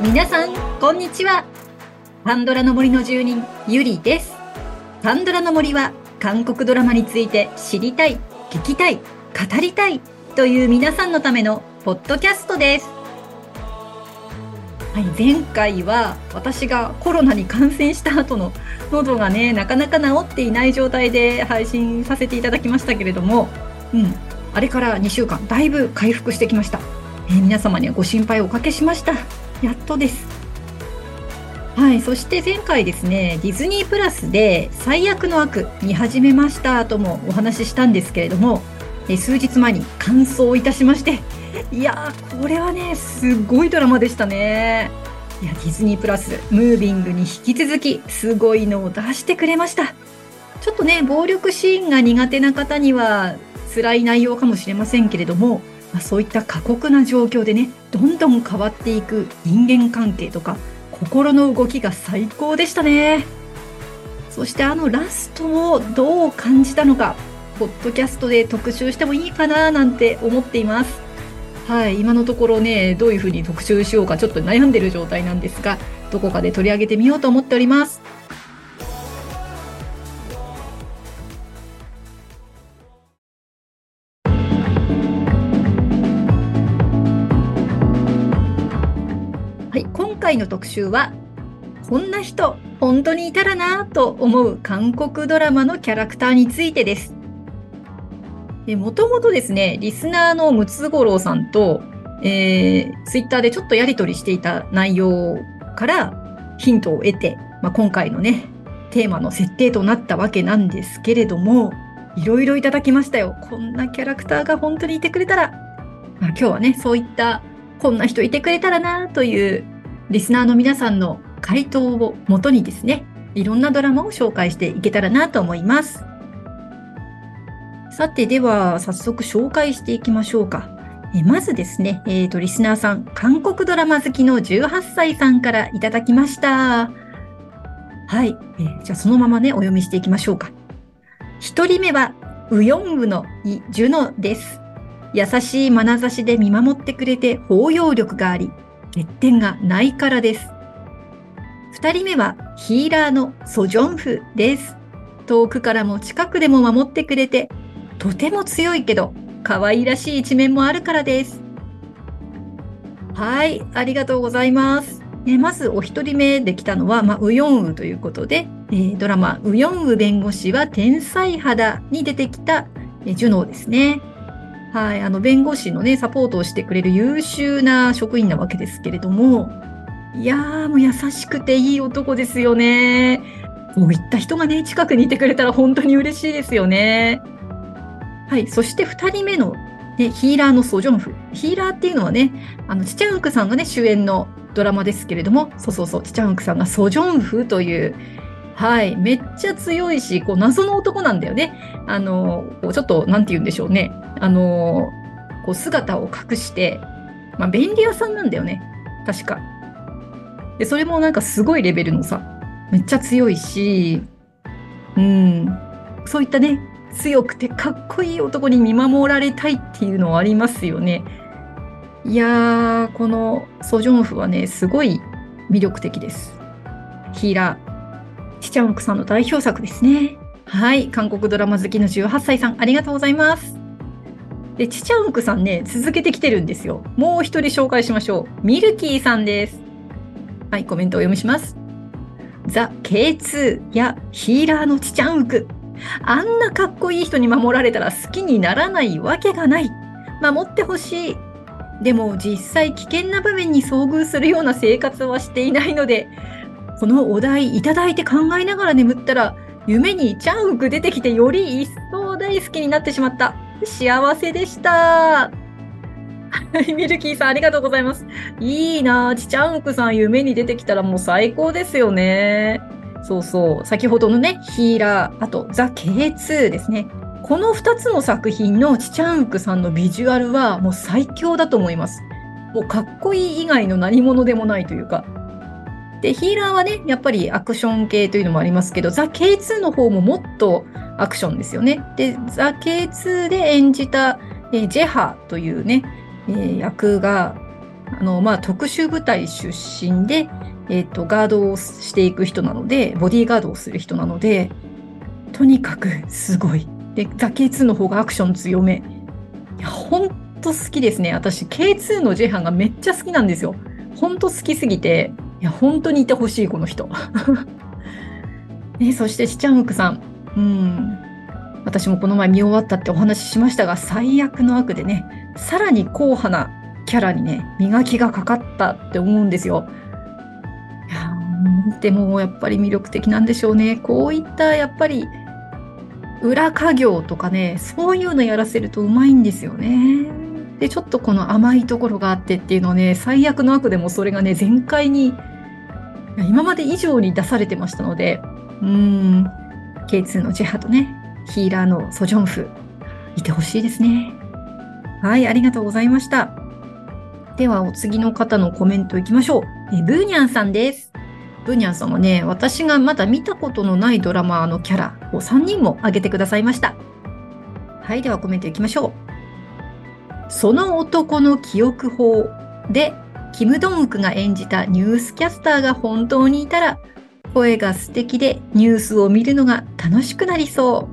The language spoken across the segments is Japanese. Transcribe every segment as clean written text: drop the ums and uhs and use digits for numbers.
皆さん、こんにちは。パンドラの森の住人、ゆりです。パンドラの森は、韓国ドラマについて知りたい、聞きたい、語りたいという皆さんのためのポッドキャストです。はい、前回は私がコロナに感染した後の喉がね、なかなか治っていない状態で配信させていただきましたけれども、あれから2週間、だいぶ回復してきました。皆様にはご心配をおかけしました。やっとです。はい、そして前回ですね、ディズニープラスで最悪の悪見始めましたともお話ししたんですけれども、数日前に完走いたしまして、いやー、これはね、すごいドラマでしたね。いや、ディズニープラス、ムービングに引き続き、すごいのを出してくれました。ちょっとね、暴力シーンが苦手な方には辛い内容かもしれませんけれども、そういった過酷な状況でね、どんどん変わっていく人間関係とか、心の動きが最高でしたね。そしてラストをどう感じたのか、ポッドキャストで特集してもいいかななんて思っています。はい、今のところね、どういうふうに特集しようかちょっと悩んでいる状態なんですが、どこかで取り上げてみようと思っております。はい、今回の特集は、こんな人本当にいたらなと思う韓国ドラマのキャラクターについてです。もともとですね、リスナーのムツゴロウさんと、ツイッターでちょっとやり取りしていた内容からヒントを得て、今回のね、テーマの設定となったわけなんですけれども、いろいろいただきましたよ。こんなキャラクターが本当にいてくれたら。今日はね、そういったこんな人いてくれたらなというリスナーの皆さんの回答をもとにですね、いろんなドラマを紹介していけたらなと思います。さて、では早速紹介していきましょうか。まずですね、リスナーさん、韓国ドラマ好きの18歳さんからいただきました。はい、じゃあそのままね、お読みしていきましょうか。一人目は、ウヨンウのイ・ジュノです。優しい眼差しで見守ってくれて包容力があり、欠点がないからです。二人目はヒーラーのソジョンフです。遠くからも近くでも守ってくれて、とても強いけど可愛らしい一面もあるからです。はい、ありがとうございます。まずお一人目できたのは、ウヨンウということで、ドラマウヨンウ弁護士は天才肌に出てきたジュノーですね。はい、弁護士のね、サポートをしてくれる優秀な職員なわけですけれども、いやー、もう優しくていい男ですよね。こういった人がね、近くにいてくれたら本当に嬉しいですよね。はい、そして2人目の、ね、ヒーラーのソジョンフ。ヒーラーっていうのはね、チチャンウクさんがね、主演のドラマですけれども、そう、チチャンウクさんがソジョンフという、はい、めっちゃ強いし、こう謎の男なんだよね。ちょっと、なんて言うんでしょうね。こう姿を隠して、便利屋さんなんだよね。確か。で、それもなんかすごいレベルのさ、めっちゃ強いし、そういったね、強くてかっこいい男に見守られたいっていうのはありますよね。いやー、このソジョンフはね、すごい魅力的です。ヒーラー。チチャンウクさんの代表作ですね。はい、韓国ドラマ好きの18歳さん、ありがとうございます。で、チチャンウクさんね、続けてきてるんですよ。もう一人紹介しましょう。ミルキーさんです。はい、コメントをお読みします。ザ・ K2 やヒーラーのチチャンウク。あんなかっこいい人に守られたら好きにならないわけがない。守ってほしい。でも実際危険な場面に遭遇するような生活はしていないので、このお題いただいて考えながら眠ったら、夢にチャンウク出てきてより一層大好きになってしまった。幸せでした。ミルキーさんありがとうございます。いいなぁ。チチャンウクさん夢に出てきたらもう最高ですよね。そう。先ほどのね、ヒーラー、あとザ・ K2 ですね。この2つの作品のチチャンウクさんのビジュアルはもう最強だと思います。もうかっこいい以外の何者でもないというか。で、ヒーラーはね、やっぱりアクション系というのもありますけど、ザ・ K2 の方ももっとアクションですよね。で、ザ・ K2 で演じた、ジェハというね、役が特殊部隊出身で、ガードをしていく人なので、ボディーガードをする人なので、とにかくすごい。で、ザ K2 の方がアクション強め。いや、ほんと好きですね。私、K2 のジェハンがめっちゃ好きなんですよ。ほんと好きすぎて、いや、本当にいてほしい、この人。そして、チャンウクさん。私もこの前見終わったってお話ししましたが、最悪の悪でね、さらに硬派なキャラにね、磨きがかかったって思うんですよ。いやでもやっぱり魅力的なんでしょうね。こういったやっぱり裏稼業とかね、そういうのやらせるとうまいんですよね。で、ちょっとこの甘いところがあってっていうのをね、最悪の悪でもそれがね、全開に、今まで以上に出されてましたので、K2 のジェハとね、ヒーラーのソジョンフ、いてほしいですね。はい、ありがとうございました。では、お次の方のコメントいきましょう。ブーニャンさんです。ブーニャンさんはね、私がまだ見たことのないドラマのキャラを3人も挙げてくださいました。はい、ではコメントいきましょう。その男の記憶法で、キム・ドンウクが演じたニュースキャスターが本当にいたら、声が素敵でニュースを見るのが楽しくなりそう。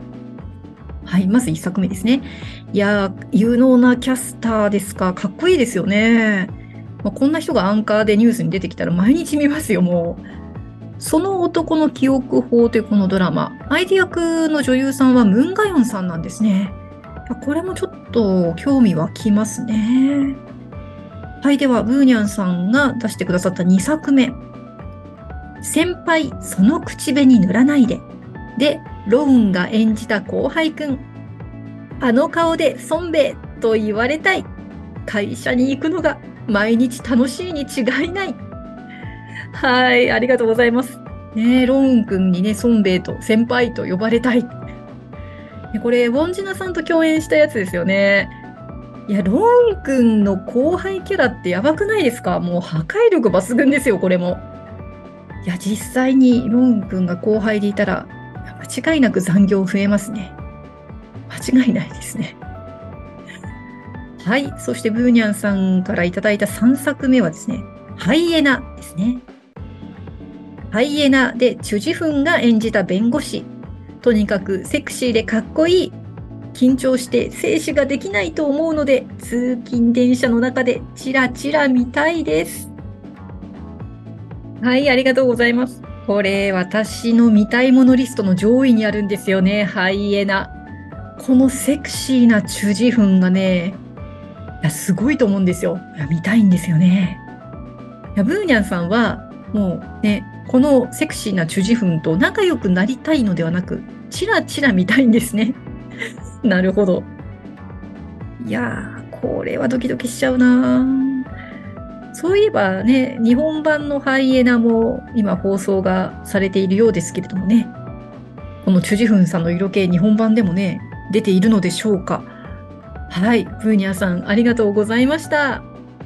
はい、まず1作目ですね。いやー、有能なキャスターですか。かっこいいですよね。こんな人がアンカーでニュースに出てきたら毎日見ますよ、もう。その男の記憶法というこのドラマ、相手役の女優さんはムンガヨンさんなんですね。これもちょっと興味湧きますね。はい、では、ブーニャンさんが出してくださった2作目。先輩、その口紅塗らないで。で、ロウンが演じた後輩くん。あの顔で孫兵衛と言われたい。会社に行くのが毎日楽しいに違いない。はい、ありがとうございます。ね、ロウンくんにね、孫兵衛と先輩と呼ばれたい。これ、ウォンジナさんと共演したやつですよね。いや、ロウンくんの後輩キャラってやばくないですか？もう破壊力抜群ですよ、これも。いや、実際にロウンくんが後輩でいたら、間違いなく残業増えますね。間違いないですね。はい。そしてブーニャンさんからいただいた3作目はですね、ハイエナですね。ハイエナでチュジフンが演じた弁護士。とにかくセクシーでかっこいい。緊張して静止ができないと思うので、通勤電車の中でチラチラ見たいです。はい、ありがとうございます。これ、私の見たいものリストの上位にあるんですよね、ハイエナ。このセクシーなチュジフンがね、すごいと思うんですよ。見たいんですよね。ブーニャンさんは、もうね、このセクシーなチュジフンと仲良くなりたいのではなく、チラチラ見たいんですね。なるほど。いやー、これはドキドキしちゃうな。そういえばね、日本版のハイエナも今放送がされているようですけれどもね、このチュジフンさんの色気、日本版でもね、出ているのでしょうか。はい、ブーニャさん、ありがとうございました。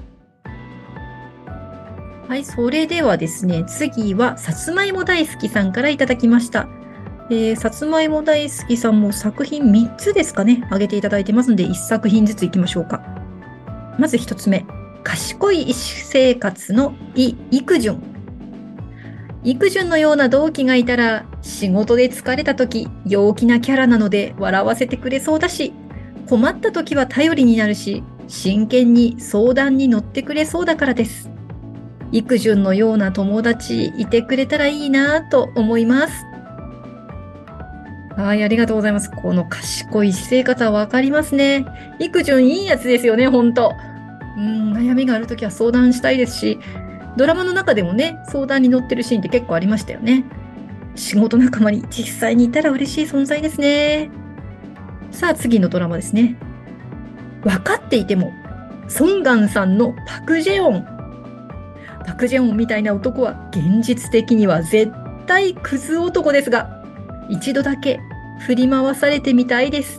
はい、それではですね、次は、さつまいも大好きさんからいただきました。さつまいも大好きさんも作品3つですかね、挙げていただいてますので、1作品ずついきましょうか。まず1つ目。賢い医師生活のイクジュン。イクジュンのような同期がいたら、仕事で疲れた時、陽気なキャラなので笑わせてくれそうだし、困った時は頼りになるし、真剣に相談に乗ってくれそうだからです。イクジュンのような友達いてくれたらいいなと思います。はい、ありがとうございます。この賢い私生活はわかりますね。イクジュンいいやつですよね、ほんと。悩みがあるときは相談したいですし、ドラマの中でもね、相談に乗ってるシーンって結構ありましたよね。仕事仲間に実際にいたら嬉しい存在ですね。さあ、次のドラマですね。分かっていても、ソンガンさんのパクジェオン。パクジェオンみたいな男は現実的には絶対クズ男ですが、一度だけ振り回されてみたいです。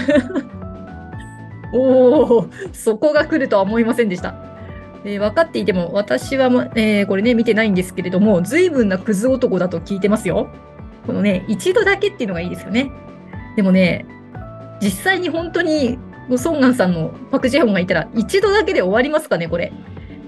おー、そこが来るとは思いませんでした。分かっていても、私は、これね、見てないんですけれども、随分なクズ男だと聞いてますよ。このね、一度だけっていうのがいいですよね。でもね、実際に本当に、ソンガンさんのパクジェホンがいたら、一度だけで終わりますかね、これ。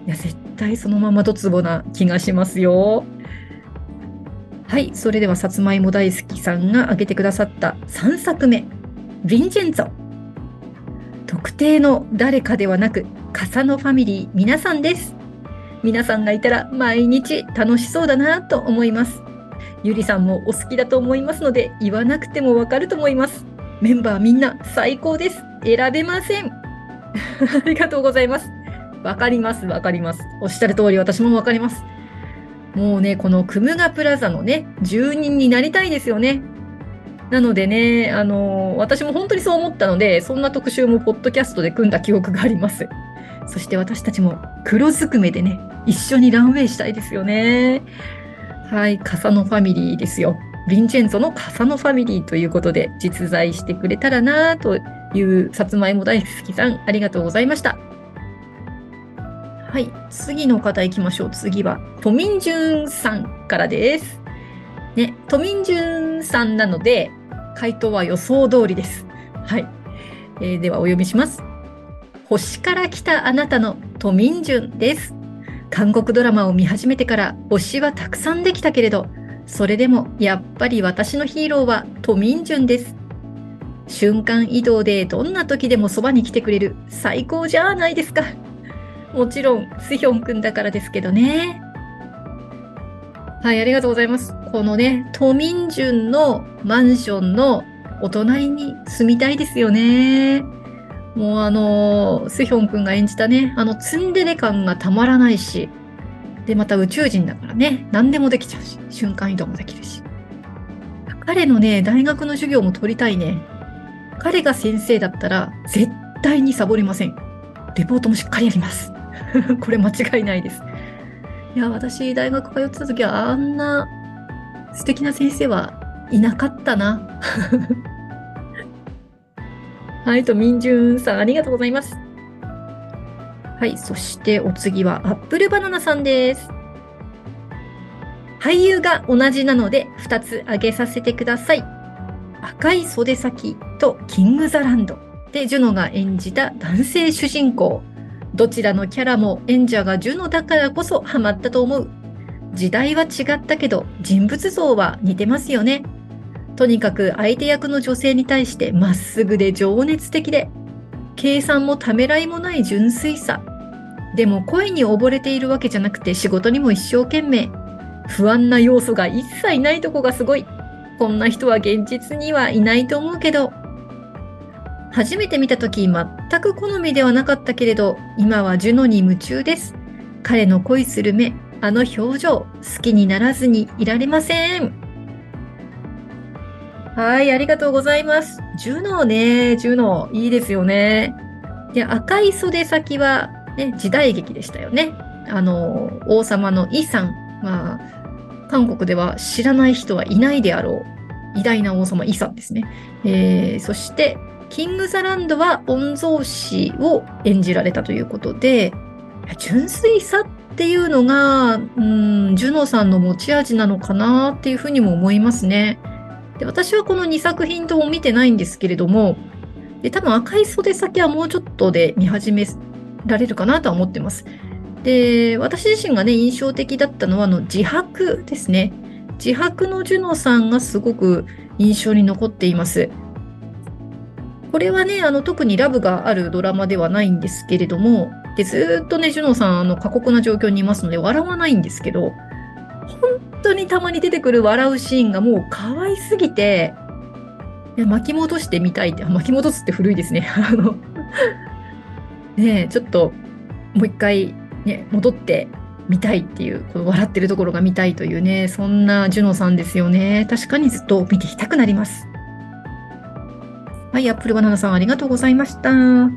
いや、絶対そのままドツボな気がしますよ。はい、それではさつまいも大好きさんが挙げてくださった3作目、ヴィンチェンツォ。特定の誰かではなく、笠野ファミリー皆さんです。皆さんがいたら毎日楽しそうだなと思います。ゆりさんもお好きだと思いますので、言わなくてもわかると思います。メンバーみんな最高です。選べません。ありがとうございます。わかります、わかります。おっしゃる通り、私もわかります。もうね、このクムガプラザのね、住人になりたいですよね。なのでね、私も本当にそう思ったので、そんな特集もポッドキャストで組んだ記憶があります。そして私たちも黒ずくめでね、一緒にランウェイしたいですよね。はい、笠野ファミリーですよ。ヴィンチェンツォの笠野ファミリーということで、実在してくれたらなというさつまいも大好きさん、ありがとうございました。はい、次の方行きましょう。次は、トミンジュンさんからです。ね、トミンジュンさんなので、回答は予想通りです。はい。ではお読みします。星から来たあなたのトミンジュンです。韓国ドラマを見始めてから星はたくさんできたけれど、それでもやっぱり私のヒーローはトミンジュンです。瞬間移動でどんな時でもそばに来てくれる最高じゃないですか。もちろんスヒョンくんだからですけどね。はい、ありがとうございます。このね、トミンジュンのマンションのお隣に住みたいですよね。もうスヒョンくんが演じたね、ツンデレ感がたまらないし、で、また宇宙人だからね、何でもできちゃうし、瞬間移動もできるし。彼のね、大学の授業も取りたいね。彼が先生だったら、絶対にサボりません。レポートもしっかりやります。これ間違いないです。いや、私、大学通ってた時は、あんな素敵な先生はいなかったな。はい、と、ミンジュンさん、ありがとうございます。はい、そしてお次は、アップルバナナさんです。俳優が同じなので、2つ挙げさせてください。赤い袖先とキングザランドでジュノが演じた男性主人公。どちらのキャラも演者がジュノだからこそハマったと思う。時代は違ったけど人物像は似てますよね。とにかく相手役の女性に対してまっすぐで情熱的で、計算もためらいもない純粋さ。でも恋に溺れているわけじゃなくて仕事にも一生懸命。不安な要素が一切ないとこがすごい。こんな人は現実にはいないと思うけど。初めて見たとき全く好みではなかったけれど、今はジュノに夢中です。彼の恋する目、あの表情、好きにならずにいられません。はい、ありがとうございます。ジュノね、ジュノ、いいですよね。で、赤い袖先は、ね、時代劇でしたよね。王様のイさん。まあ、韓国では知らない人はいないであろう。偉大な王様イさんですね。そして、キングザランドは御曹司を演じられたということで、純粋さっていうのが、ジュノさんの持ち味なのかなっていうふうにも思いますね。で、私はこの2作品とも見てないんですけれども、で、多分赤い袖先はもうちょっとで見始められるかなとは思ってます。で、私自身がね、印象的だったのは自白ですね。自白のジュノさんがすごく印象に残っています。これはね、特にラブがあるドラマではないんですけれども、で、ずっとね、ジュノさん、過酷な状況にいますので、笑わないんですけど、本当にたまに出てくる笑うシーンがもう可愛すぎて、いや、巻き戻してみたいって、巻き戻すって古いですね。ねえ、ちょっと、もう一回、ね、戻ってみたいっていう、この笑ってるところが見たいというね、そんなジュノさんですよね。確かにずっと見ていたくなります。はい、アップルバナナさんありがとうございました。はい、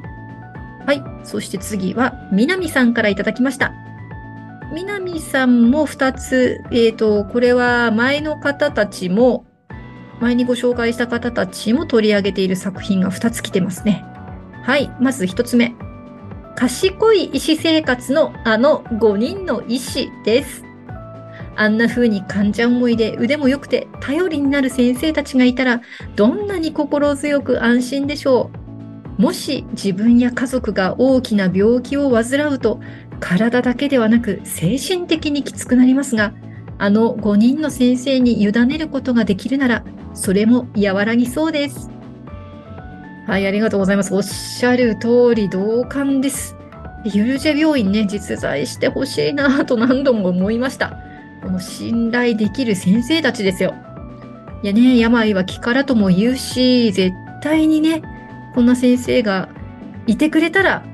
そして次は、みなみさんからいただきました。みなみさんも2つ、これは前の方たちも、前にご紹介した方たちも取り上げている作品が2つ来てますね。はい、まず1つ目。賢い医師生活の5人の医師です。あんな風に患者思いで腕も良くて頼りになる先生たちがいたらどんなに心強く安心でしょう。もし自分や家族が大きな病気を患うと体だけではなく精神的にきつくなりますが、あの5人の先生に委ねることができるなら、それも和らぎそうです。はい、ありがとうございます。おっしゃる通り同感です。ユルジェ病院ね、実在してほしいなと何度も思いました。この信頼できる先生たちですよ。いやね、病は気からとも言うし、絶対にね、こんな先生がいてくれたら、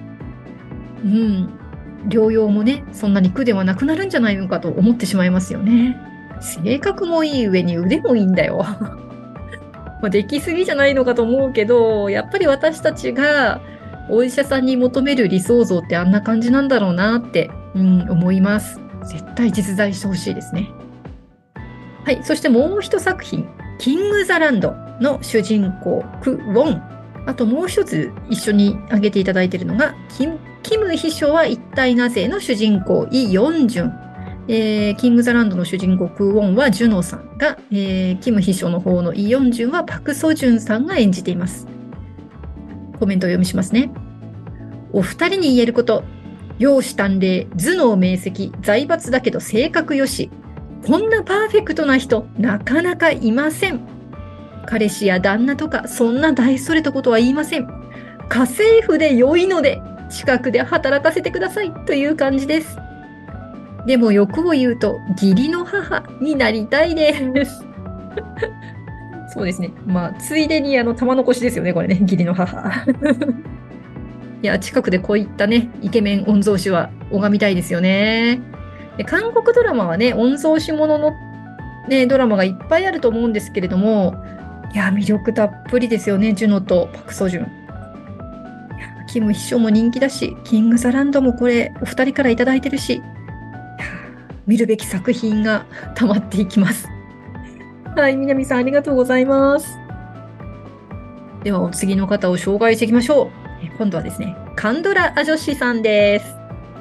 療養もね、そんなに苦ではなくなるんじゃないのかと思ってしまいますよね。性格もいい上に腕もいいんだよ。できすぎじゃないのかと思うけど、やっぱり私たちがお医者さんに求める理想像ってあんな感じなんだろうなって、思います。絶対実在してほしいですね。はい、そしてもう一作品、キング・ザ・ランドの主人公、ク・ウォン。あともう一つ一緒に挙げていただいているのが、キム秘書は一体なぜの主人公、イ・ヨンジュン。キング・ザ・ランドの主人公ク・ウォンはジュノさんが、キム秘書の方のイ・ヨンジュンはパク・ソジュンさんが演じています。コメントを読みしますね。お二人に言えること、容姿端麗、頭脳明晰、財閥だけど性格よし。こんなパーフェクトな人、なかなかいません。彼氏や旦那とか、そんな大それたことは言いません。家政婦で良いので、近くで働かせてくださいという感じです。でも欲を言うと、義理の母になりたいです。そうですね。ついでに玉残しですよね、これね、義理の母。いや、近くでこういったね、イケメン御曹司は拝みたいですよね。で、韓国ドラマはね、御曹司ものの、ね、ドラマがいっぱいあると思うんですけれども、いや、魅力たっぷりですよね、ジュノとパク・ソジュン。キム秘書も人気だし、キング・ザ・ランドもこれ、お二人からいただいてるし、見るべき作品が溜まっていきます。はい、南さんありがとうございます。では、お次の方を紹介していきましょう。今度はですね、カンドラ・アジョシさんです。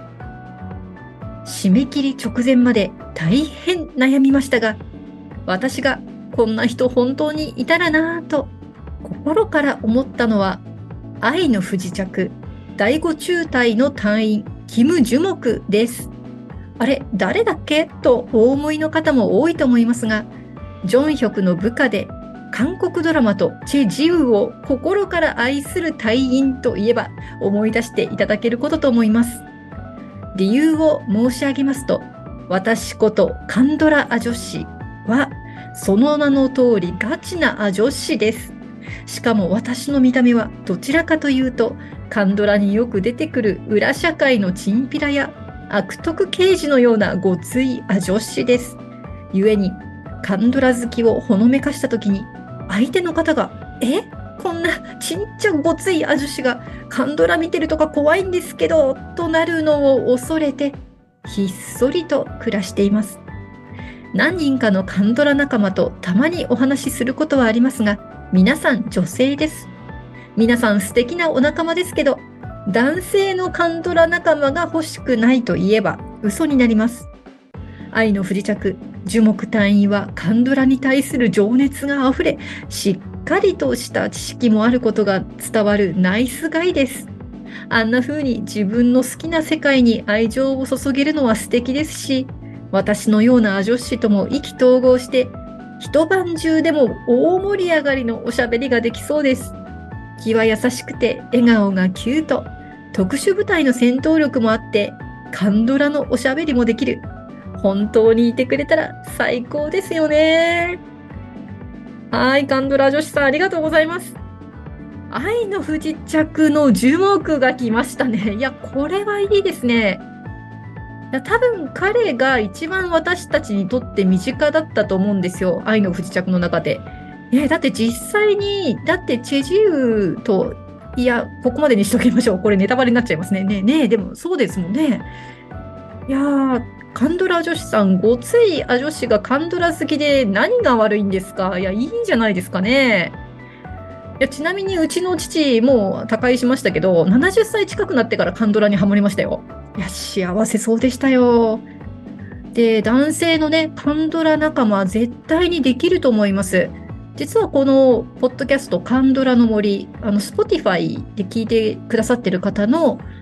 締め切り直前まで大変悩みましたが、私がこんな人本当にいたらなぁと心から思ったのは、愛の不時着第5中隊の隊員キム・ジュモクです。あれ、誰だっけとお思いの方も多いと思いますが、ジョンヒョクの部下で韓国ドラマとチェ・ジウを心から愛する隊員といえば思い出していただけることと思います。理由を申し上げますと、私ことカンドラ・アジョシはその名の通りガチなアジョシです。しかも私の見た目はどちらかというと、カンドラによく出てくる裏社会のチンピラや悪徳刑事のようなごついアジョシです。故にカンドラ好きをほのめかしたときに、相手の方がこんなちっちゃごついアジョシがカンドラ見てるとか怖いんですけどとなるのを恐れてひっそりと暮らしています。何人かのカンドラ仲間とたまにお話しすることはありますが、皆さん女性です。皆さん素敵なお仲間ですけど、男性のカンドラ仲間が欲しくないと言えば嘘になります。愛の不時着、樹木隊員はカンドラに対する情熱があふれ、しっかりとした知識もあることが伝わるナイスガイです。あんな風に自分の好きな世界に愛情を注げるのは素敵ですし、私のようなアジョッシとも意気投合して、一晩中でも大盛り上がりのおしゃべりができそうです。気は優しくて笑顔がキュート、特殊部隊の戦闘力もあって、カンドラのおしゃべりもできる。本当にいてくれたら最高ですよね。はい、カンドラ女子さんありがとうございます。愛の不時着の樹木が来ましたね。いや、これはいいですね。多分彼が一番私たちにとって身近だったと思うんですよ。愛の不時着の中で。だって実際に、だってチェジウと、いや、ここまでにしときましょう。これネタバレになっちゃいますね。でもそうですもんね。いやー、カンドラ女子さん、ごついア女子がカンドラ好きで何が悪いんですか？いや、いいんじゃないですかね。いや、ちなみにうちの父、もう他界しましたけど、70歳近くなってからカンドラにはまりましたよ。いや、幸せそうでしたよ。で、男性のね、カンドラ仲間は絶対にできると思います。実はこのポッドキャストカンドラの森、Spotify で聞いてくださってる方の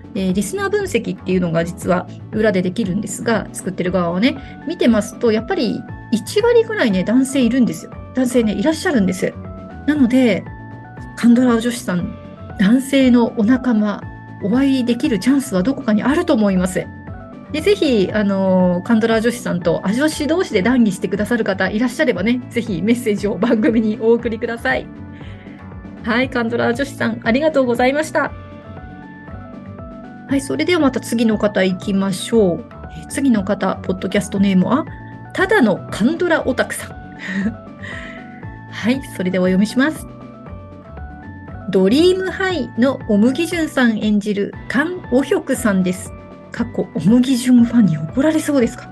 リスナー分析っていうのが実は裏でできるんですが、作ってる側はね、見てますと、やっぱり1割ぐらいね、男性いるんですよ。男性ね、いらっしゃるんです。なので、カンドラ女子さん、男性のお仲間、お会いできるチャンスはどこかにあると思います。で、ぜひ、カンドラ女子さんと女子同士で談義してくださる方いらっしゃればね、ぜひメッセージを番組にお送りください。はい、カンドラ女子さん、ありがとうございました。はい、それではまた次の方行きましょう。次の方、ポッドキャストネームは、ただのカンドラオタクさん。はい、それではお読みします。ドリームハイのオムギジュンさん演じるカン・オヒョクさんです。過去オムギジュンファンに怒られそうですか？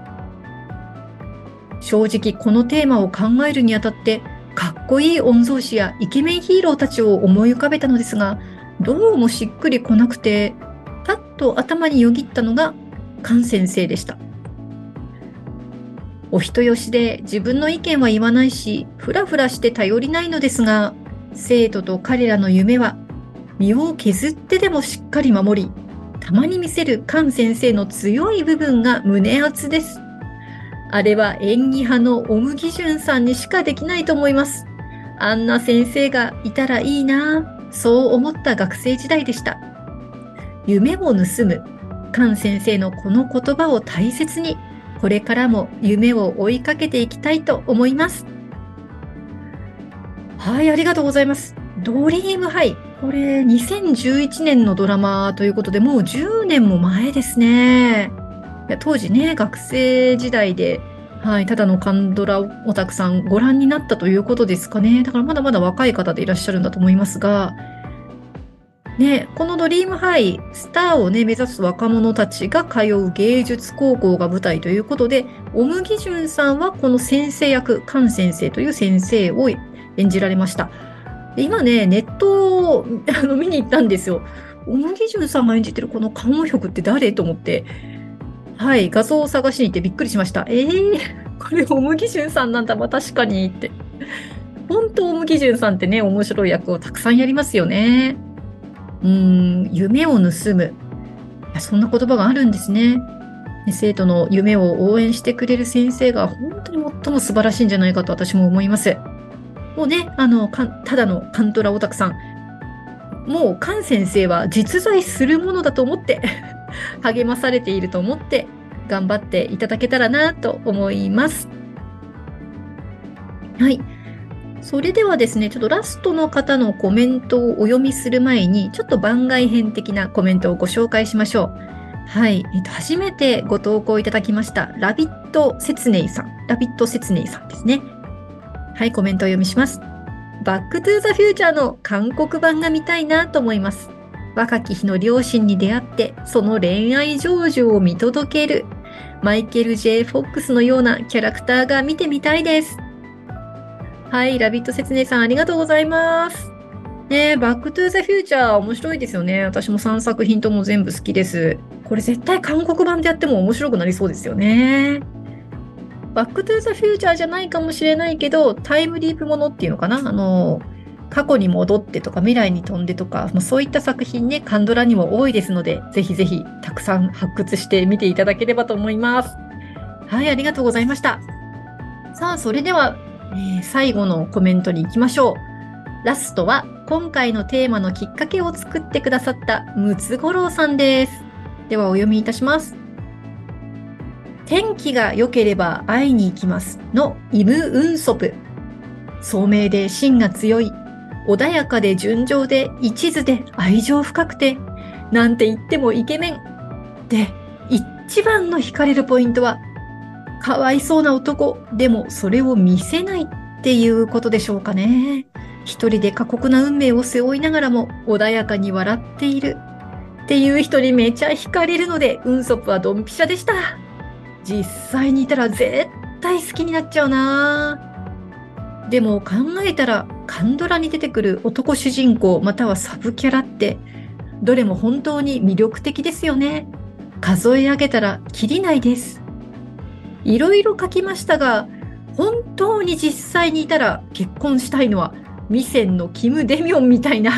正直このテーマを考えるにあたってかっこいい御曹司やイケメンヒーローたちを思い浮かべたのですが、どうもしっくりこなくて、パッと頭によぎったのがカン先生でした。お人よしで自分の意見は言わないし、ふらふらして頼りないのですが、生徒と彼らの夢は身を削ってでもしっかり守り、たまに見せるカン先生の強い部分が胸熱です。あれは演技派のオムギジュンさんにしかできないと思います。あんな先生がいたらいいな、そう思った学生時代でした。夢を盗むカン先生のこの言葉を大切に、これからも夢を追いかけていきたいと思います。はい、ありがとうございます。ドリームハイ。これ2011年のドラマということで、もう10年も前ですね。いや当時ね、学生時代で、はい、ただのカンドラオタクさんご覧になったということですかね。だからまだまだ若い方でいらっしゃるんだと思いますが、ね、このドリームハイ、スターをね、目指す若者たちが通う芸術高校が舞台ということで、オムギジュンさんはこの先生役、カン先生という先生を演じられました。で今ね、ネットを見に行ったんですよ。オムギジュンさんが演じてるこのカンオヒョクって誰と思って、はい、画像を探しに行ってびっくりしました。これオムギジュンさんなんだ、まあ確かにって。本当オムギジュンさんってね、面白い役をたくさんやりますよね。夢を盗む。いやそんな言葉があるんですね。生徒の夢を応援してくれる先生が本当に最も素晴らしいんじゃないかと私も思います。もうね、ただのカントラオタクさん。もうカン先生は実在するものだと思って励まされていると思って頑張っていただけたらなと思います。はい。それではですね、ちょっとラストの方のコメントをお読みする前に、ちょっと番外編的なコメントをご紹介しましょう。はい。初めてご投稿いただきました、ラビット・セツネイさん。ラビット・セツネイさんですね。はい、コメントを読みします。バックトゥーザフューチャーの韓国版が見たいなと思います。若き日の両親に出会って、その恋愛成就を見届ける。マイケル・ J. フォックスのようなキャラクターが見てみたいです。はい、ラビット説明さんありがとうございます。ね、バックトゥーザフューチャー面白いですよね。私も3作品とも全部好きです。これ絶対韓国版でやっても面白くなりそうですよね。バックトゥーザフューチャーじゃないかもしれないけど、タイムリープものっていうのかな、過去に戻ってとか未来に飛んでとか、そういった作品ね、カンドラにも多いですので、ぜひぜひたくさん発掘してみていただければと思います。はい、ありがとうございました。さあ、それでは、最後のコメントに行きましょう。ラストは今回のテーマのきっかけを作ってくださったムツゴロウさんです。ではお読みいたします。天気が良ければ会いに行きますのイム・ウンソプ。聡明で芯が強い、穏やかで純情で一途で愛情深くて、なんて言ってもイケメン。で、一番の惹かれるポイントは、かわいそうな男、でもそれを見せないっていうことでしょうかね。一人で過酷な運命を背負いながらも穏やかに笑っているっていう人にめちゃ惹かれるので、ウンソプはドンピシャでした。実際にいたら絶対好きになっちゃうな。でも考えたらカンドラに出てくる男主人公またはサブキャラってどれも本当に魅力的ですよね。数え上げたらキリないです。いろいろ書きましたが、本当に実際にいたら結婚したいのはミセンのキム・デミョンみたいな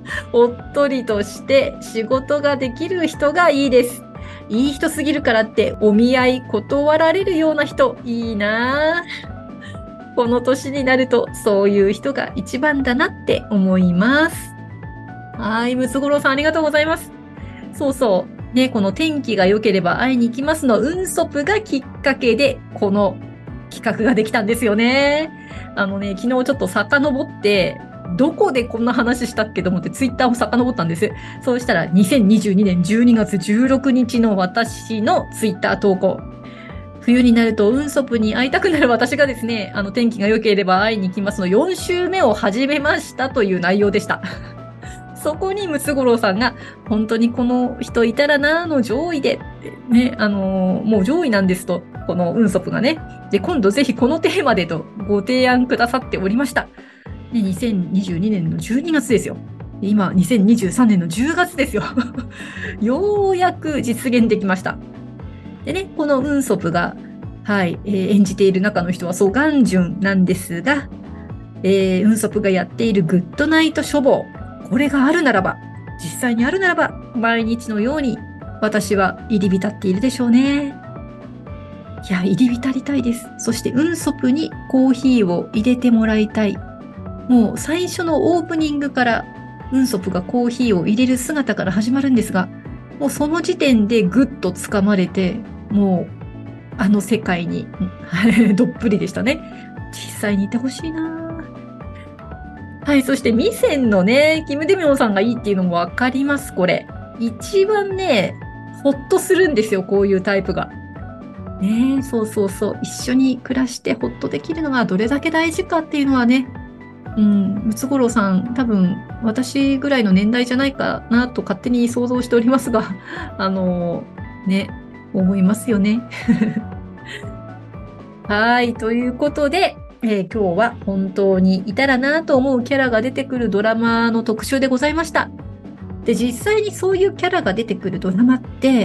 おっとりとして仕事ができる人がいいです。いい人すぎるからってお見合い断られるような人、いいなぁ。この年になるとそういう人が一番だなって思います。はい、ムツゴロウさんありがとうございます。そうそう。ね、この天気が良ければ会いに行きますの運ソプがきっかけで、この企画ができたんですよね。昨日ちょっと遡って、どこでこんな話したっけと思ってツイッターを遡ったんです。そうしたら2022年12月16日の私のツイッター投稿。冬になると運ソプに会いたくなる私がですね、天気が良ければ会いに行きますの4週目を始めましたという内容でした。そこにムツゴロウさんが、本当にこの人いたらなーの上位で、ね、もう上位なんですと、この運ソプがね。で、今度ぜひこのテーマでとご提案くださっておりました。で、2022年の12月ですよ。で今、2023年の10月ですよ。ようやく実現できました。でね、この運ソプが、はい、演じている中の人はソガンジュンなんですが、運ソプがやっているグッドナイト処方。これがあるならば、実際にあるならば、毎日のように私は入り浸っているでしょうね。いや、入り浸りたいです。そして、運ソプにコーヒーを入れてもらいたい。もう最初のオープニングから、運ソプがコーヒーを入れる姿から始まるんですが、もうその時点でぐっと掴まれて、もうあの世界にどっぷりでしたね。実際にいてほしいな。はい、そしてミセンのね、キム・デミョンさんがいいっていうのもわかります、これ。一番ね、ほっとするんですよ、こういうタイプが。ねえ、そうそうそう。一緒に暮らしてほっとできるのがどれだけ大事かっていうのはね、ムツゴロウさん、多分私ぐらいの年代じゃないかなと勝手に想像しておりますが、ね、思いますよね。はい、ということで、今日は本当にいたらなと思うキャラが出てくるドラマの特集でございました。で、実際にそういうキャラが出てくるドラマって、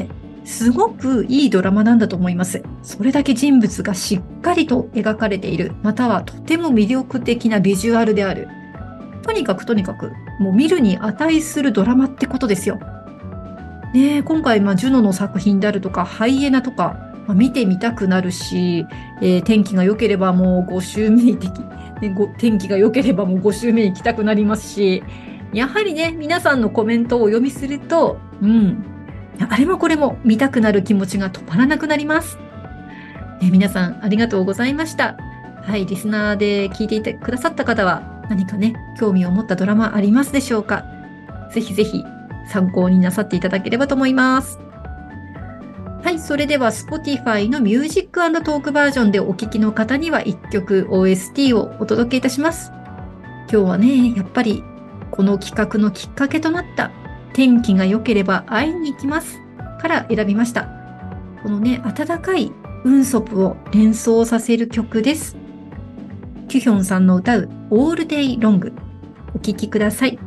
すごくいいドラマなんだと思います。それだけ人物がしっかりと描かれている、またはとても魅力的なビジュアルである。とにかく、もう見るに値するドラマってことですよ。ねえ、今回、ジュノの作品であるとか、ハイエナとか、見てみたくなるし、天気が良ければもう5週目に天気が良ければもう5週目に行きたくなりますし、やはりね、皆さんのコメントをお読みすると、あれもこれも見たくなる気持ちが止まらなくなります。皆さんありがとうございました。はい、リスナーで聞いていてくださった方は何かね、興味を持ったドラマありますでしょうか？ぜひぜひ参考になさっていただければと思います。はい、それでは Spotify のミュージック&トークバージョンでお聴きの方には1曲 OST をお届けいたします。今日はね、やっぱりこの企画のきっかけとなった天気が良ければ会いに行きますから選びました。このね、暖かい運ソプを連想させる曲です。キュヒョンさんの歌う All Day Long お聴きください。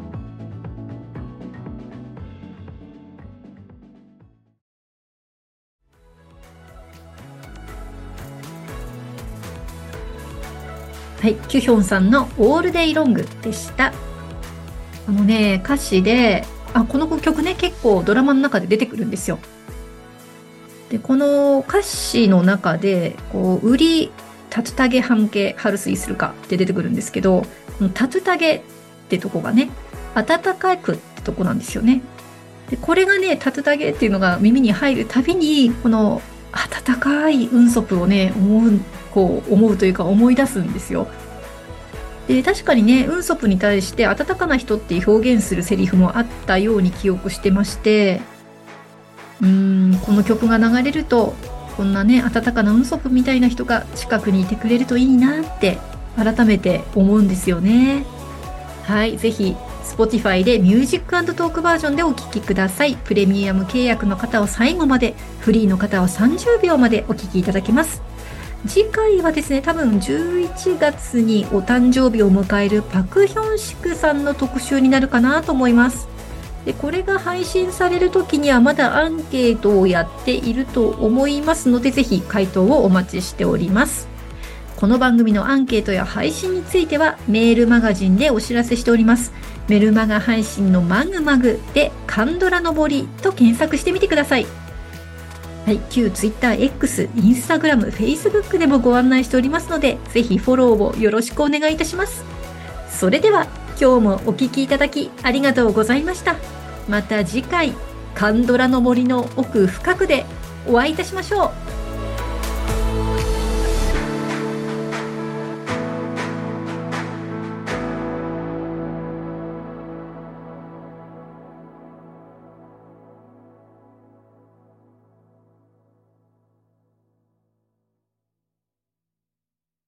はい、キュヒョンさんの All Day Long でした。歌詞で、この曲ね、結構ドラマの中で出てくるんですよ。で、この歌詞の中で、ウリ、タトゥタゲ半径、ハルスイするかって出てくるんですけど、このタトゥタゲってとこがね、暖かくってとこなんですよね。で、これがね、タトゥタゲっていうのが耳に入るたびに、この暖かい運ソプをね、思うというか思い出すんですよ。で、確かにね、運ソプに対して暖かな人って表現するセリフもあったように記憶してまして、この曲が流れると、こんなね、暖かな運ソプみたいな人が近くにいてくれるといいなって改めて思うんですよね。はい、ぜひ Spotify でミュージック&トークバージョンでお聴きください。プレミアム契約の方は最後まで、フリーの方は30秒までお聴きいただけます。次回はですね、多分11月にお誕生日を迎えるパクヒョンシクさんの特集になるかなと思います。で、これが配信される時にはまだアンケートをやっていると思いますので、ぜひ回答をお待ちしております。この番組のアンケートや配信についてはメールマガジンでお知らせしております。 メルマガ配信のマグマグでカンドラの森と検索してみてください。はい、旧 Twitter、X、Instagram、Facebook でもご案内しておりますので、ぜひフォローをよろしくお願いいたします。それでは今日もお聞きいただきありがとうございました。また次回、カンドラの森の奥深くでお会いいたしましょう。